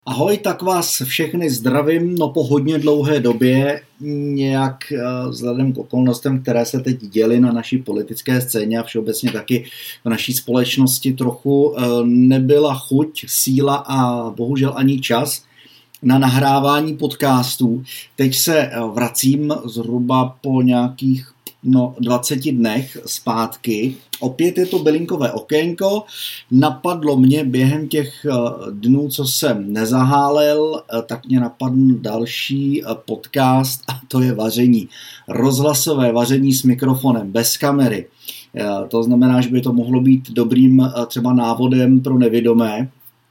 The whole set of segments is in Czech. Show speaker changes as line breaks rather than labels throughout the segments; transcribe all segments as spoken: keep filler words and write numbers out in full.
Ahoj, tak vás všechny zdravím, no po hodně dlouhé době, nějak vzhledem k okolnostem, které se teď děly na naší politické scéně a všeobecně taky v naší společnosti trochu nebyla chuť, síla a bohužel ani čas na nahrávání podcastů. Teď se vracím zhruba po nějakých no, dvaceti dnech zpátky. Opět je to bylinkové okénko. Napadlo mě během těch dnů, co jsem nezahálel, tak mě napadl další podcast a to je vaření. Rozhlasové vaření s mikrofonem, bez kamery. To znamená, že by to mohlo být dobrým třeba návodem pro nevidomé,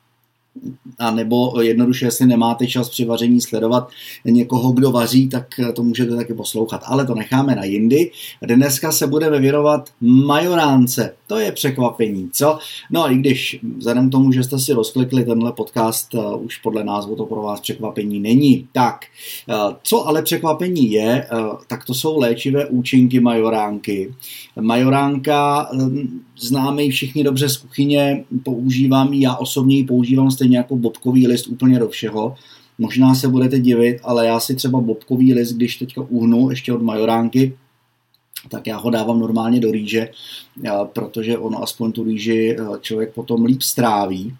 a nebo jednoduše, jestli nemáte čas při vaření sledovat někoho, kdo vaří, tak to můžete taky poslouchat. Ale to necháme na jindy. Dneska se budeme věnovat majoránce. To je překvapení, co? No i když vzhledem k tomu, že jste si rozklikli tenhle podcast, uh, už podle názvu to pro vás překvapení není. Tak, uh, co ale překvapení je, uh, tak to jsou léčivé účinky majoránky. Majoránka, um, známe ji všichni dobře z kuchyně, používám ji, já osobně ji používám stejně jako bobkový list úplně do všeho. Možná se budete divit, ale já si třeba bobkový list, když teďka uhnu ještě od majoránky, tak já ho dávám normálně do rýže, protože ono aspoň tu rýži člověk potom líp stráví.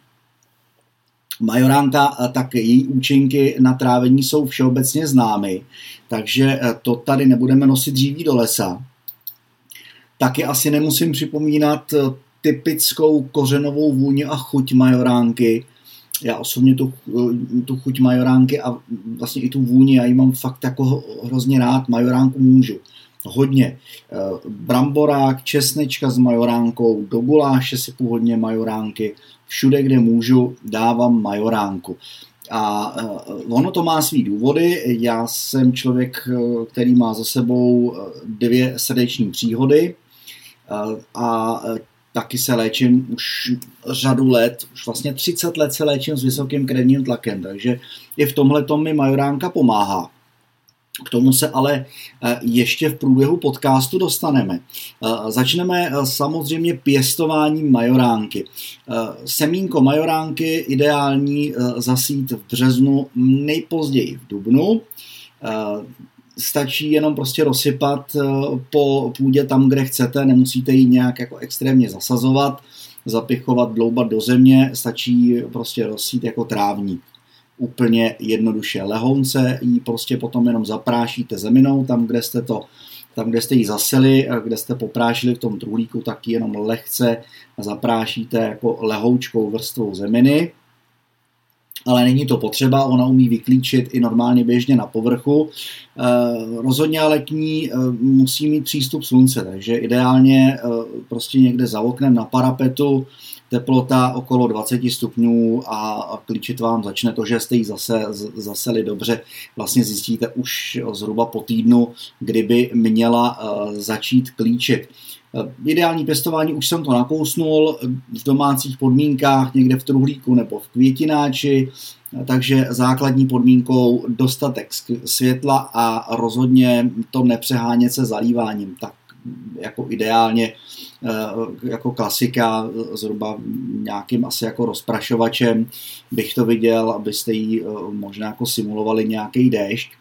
Majoránka, tak její účinky na trávení jsou všeobecně známy, takže to tady nebudeme nosit dříví do lesa. Taky asi nemusím připomínat typickou kořenovou vůni a chuť majoránky. Já osobně tu, tu chuť majoránky a vlastně i tu vůni, já ji mám fakt jako hrozně rád, majoránku můžu. Hodně. Bramborák, česnečka s majoránkou, do guláše sypu hodně majoránky, všude, kde můžu, dávám majoránku. A ono to má svý důvody. Já jsem člověk, který má za sebou dvě srdeční příhody a taky se léčím už řadu let, už vlastně třicet let se léčím s vysokým krevním tlakem, takže i v tomhletom mi majoránka pomáhá. K tomu se ale ještě v průběhu podcastu dostaneme. Začneme samozřejmě pěstováním majoránky. Semínko majoránky ideální zasít v březnu, nejpozději v dubnu. Stačí jenom prostě rozsypat po půdě tam, kde chcete, nemusíte ji nějak jako extrémně zasazovat, zapichovat, dloubat do země, stačí prostě rozsít jako trávník. Úplně jednoduše. Lehounce ji prostě potom jenom zaprášíte zeminou, tam, kde jste to, tam, kde jste ji zaseli, kde jste poprášili v tom truhlíku, tak ji jenom lehce zaprášíte jako lehoučkou vrstvou zeminy. Ale není to potřeba, ona umí vyklíčit i normálně běžně na povrchu. E, rozhodně ale k ní e, musí mít přístup slunce, takže ideálně e, prostě někde za oknem na parapetu, teplota okolo dvacet stupňů a klíčit vám začne to, že jste ji zase, zaseli dobře. Vlastně zjistíte už zhruba po týdnu, kdyby měla začít klíčit. Ideální pěstování, už jsem to nakousnul, v domácích podmínkách, někde v truhlíku nebo v květináči, takže základní podmínkou dostatek světla a rozhodně to nepřehánět se zalíváním. Tak jako ideálně, jako klasika, zhruba nějakým asi jako rozprašovačem bych to viděl, abyste jí možná jako simulovali nějaký déšť.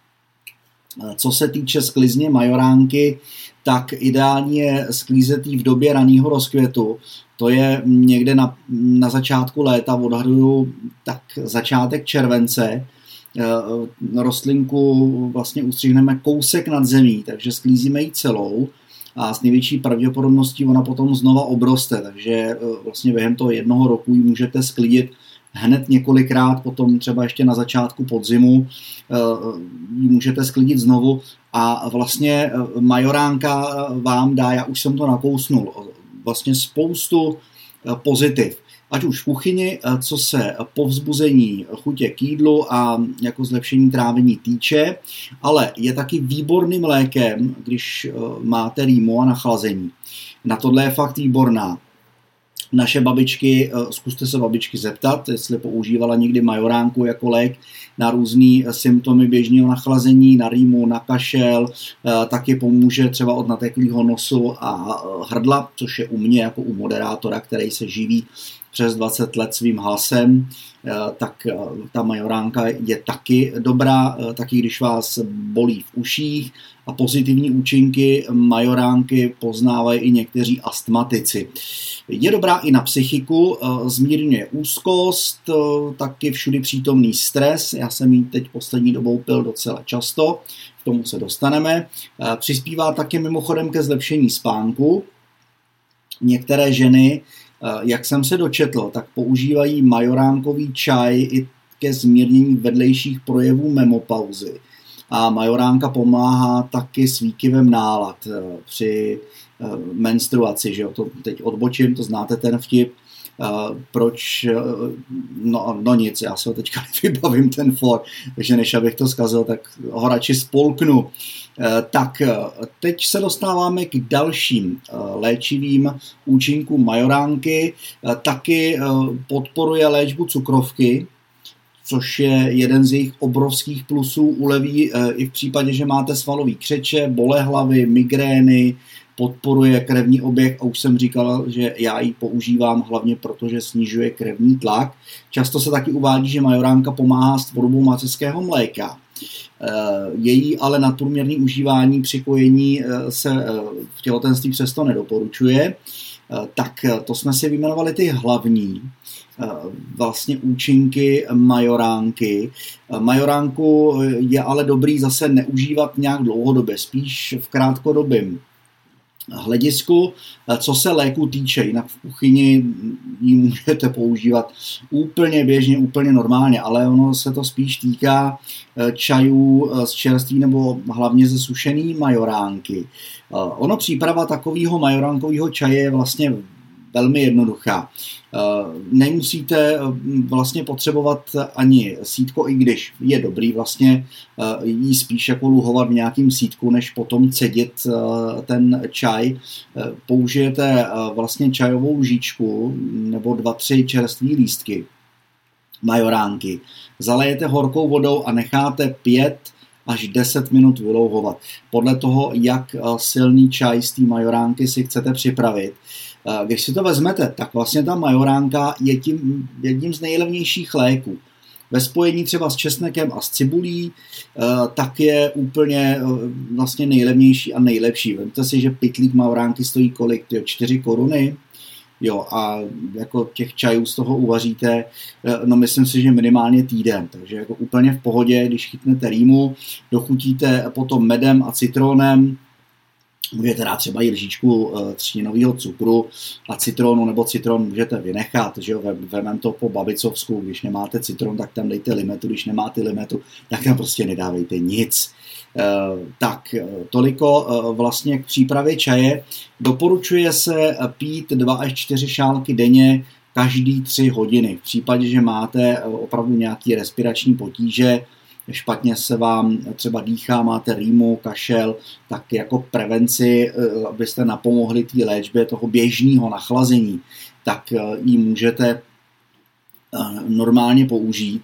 Co se týče sklizně majoránky, tak ideálně je sklízet jí v době raného rozkvětu. To je někde na, na začátku léta, odhaduju tak začátek července. Rostlinku vlastně ustřihneme kousek nad zemí, takže sklízíme ji celou a s největší pravděpodobností ona potom znova obroste, takže vlastně během toho jednoho roku ji můžete sklidit hned několikrát, potom třeba ještě na začátku podzimu ji můžete sklidit znovu a vlastně majoránka vám dá, já už jsem to nakousnul, vlastně spoustu pozitiv. Ať už v kuchyni, co se povzbuzení chutě k jídlu a jako zlepšení trávení týče, ale je taky výborným lékem, když máte rýmu a nachlazení. Na tohle je fakt výborná. Naše babičky, zkuste se babičky zeptat, jestli používala někdy majoránku jako lék na různý symptomy běžného nachlazení, na rýmu, na kašel, taky pomůže třeba od nateklého nosu a hrdla, což je u mě jako u moderátora, který se živí přes dvacet let svým hlasem, tak ta majoránka je taky dobrá, taky když vás bolí v uších, a pozitivní účinky majoránky poznávají i někteří astmatici. Je dobrá i na psychiku, zmírňuje úzkost, taky všudy přítomný stres, já jsem ji teď poslední dobou pil docela často, k tomu se dostaneme. Přispívá taky mimochodem ke zlepšení spánku. Některé ženy, jak jsem se dočetl, tak používají majoránkový čaj i ke zmírnění vedlejších projevů menopauzy. A majoránka pomáhá taky s výkyvem nálad při menstruaci, že jo? To teď odbočím, to znáte ten vtip. Proč, no, no nic, já se ho teďka nevybavím ten for, takže než abych to zkazil, tak ho radši spolknu. Tak teď se dostáváme k dalším léčivým účinkům majoránky. Taky podporuje léčbu cukrovky, což je jeden z jejich obrovských plusů, uleví i v případě, že máte svalový křeče, bolehlavy, migrény, podporuje krevní oběh a už jsem říkal, že já ji používám hlavně proto, že snižuje krevní tlak. Často se taky uvádí, že majoránka pomáhá s tvorbou mateřského mléka. Její ale nadprůměrné užívání při kojení se v těhotenství přesto nedoporučuje. Tak to jsme si vyjmenovali ty hlavní vlastně účinky majoránky. Majoránku je ale dobrý zase neužívat nějak dlouhodobě, spíš v krátkodobém hledisku. Co se léku týče, jinak v kuchyni ji můžete používat úplně běžně, úplně normálně, ale ono se to spíš týká čajů z čerství nebo hlavně ze sušený majoránky. Ono příprava takového majoránkového čaje je vlastně velmi jednoduchá. Nemusíte vlastně potřebovat ani sítko, i když je dobrý vlastně jí spíš jako luhovat v nějakým sítku, než potom cedit ten čaj. Použijete vlastně čajovou lžičku nebo dva, tři čerství lístky majoránky. Zalejete horkou vodou a necháte pět až deset minut vylouhovat. Podle toho, jak silný čaj z té majoránky si chcete připravit. Když si to vezmete, tak vlastně ta majoránka je tím jedním z nejlevnějších léků. Ve spojení třeba s česnekem a s cibulí, tak je úplně vlastně nejlevnější a nejlepší. Vemte si, že pytlík majoránky stojí kolik? čtyři koruny. Jo, a jako těch čajů z toho uvaříte, no myslím si, že minimálně týden, takže jako úplně v pohodě, když chytnete rýmu, dochutíte potom medem a citronem, můžete dát třeba i lžičku třtinového cukru a citronu, nebo citron můžete vynechat, že jo, vemem to po babicovsku, když nemáte citron, tak tam dejte limetu, když nemáte limetu, tak tam prostě nedávejte nic. Tak toliko vlastně k přípravě čaje. Doporučuje se pít dva až čtyři šálky denně každý tři hodiny. V případě, že máte opravdu nějaký respirační potíže, špatně se vám třeba dýchá, máte rýmu, kašel, tak jako prevenci, abyste napomohli té léčbě toho běžného nachlazení, tak ji můžete normálně použít.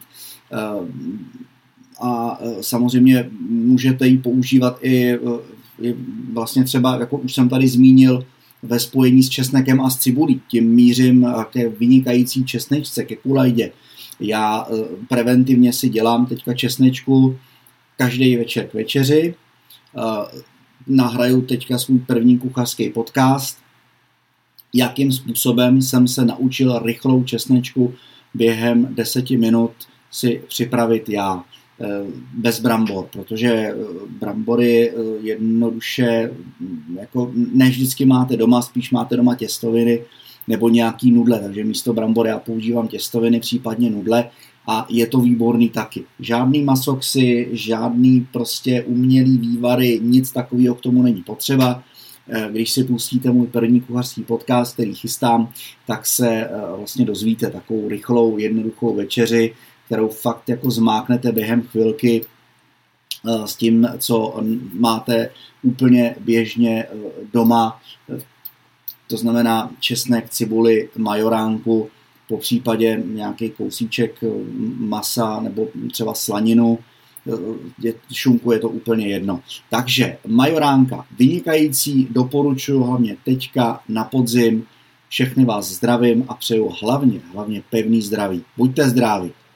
A samozřejmě můžete ji používat i, i vlastně třeba, jako už jsem tady zmínil, ve spojení s česnekem a s cibulí. Tím mířím ke vynikající česnečce, ke kulajdě. Já preventivně si dělám teďka česnečku každý večer k večeři. Nahraju teďka svůj první kuchařský podcast. Jakým způsobem jsem se naučil rychlou česnečku během deseti minut si připravit já. Bez brambor, protože brambory jednoduše jako ne vždycky máte doma, spíš máte doma těstoviny nebo nějaký nudle, takže místo brambor já používám těstoviny, případně nudle a je to výborný taky. Žádný masoxy, žádný prostě umělý vývary, nic takového k tomu není potřeba. Když si pustíte můj první kuchařský podcast, který chystám, tak se vlastně dozvíte takovou rychlou, jednoduchou večeři, kterou fakt jako zmáknete během chvilky s tím, co máte úplně běžně doma. To znamená česnek, cibuli, majoránku, po případě nějaký kousíček masa nebo třeba slaninu, šunku, je to úplně jedno. Takže majoránka vynikající, doporučuji hlavně teďka na podzim, Všechny vás zdravím a přeju hlavně, hlavně pevný zdraví. Buďte zdraví.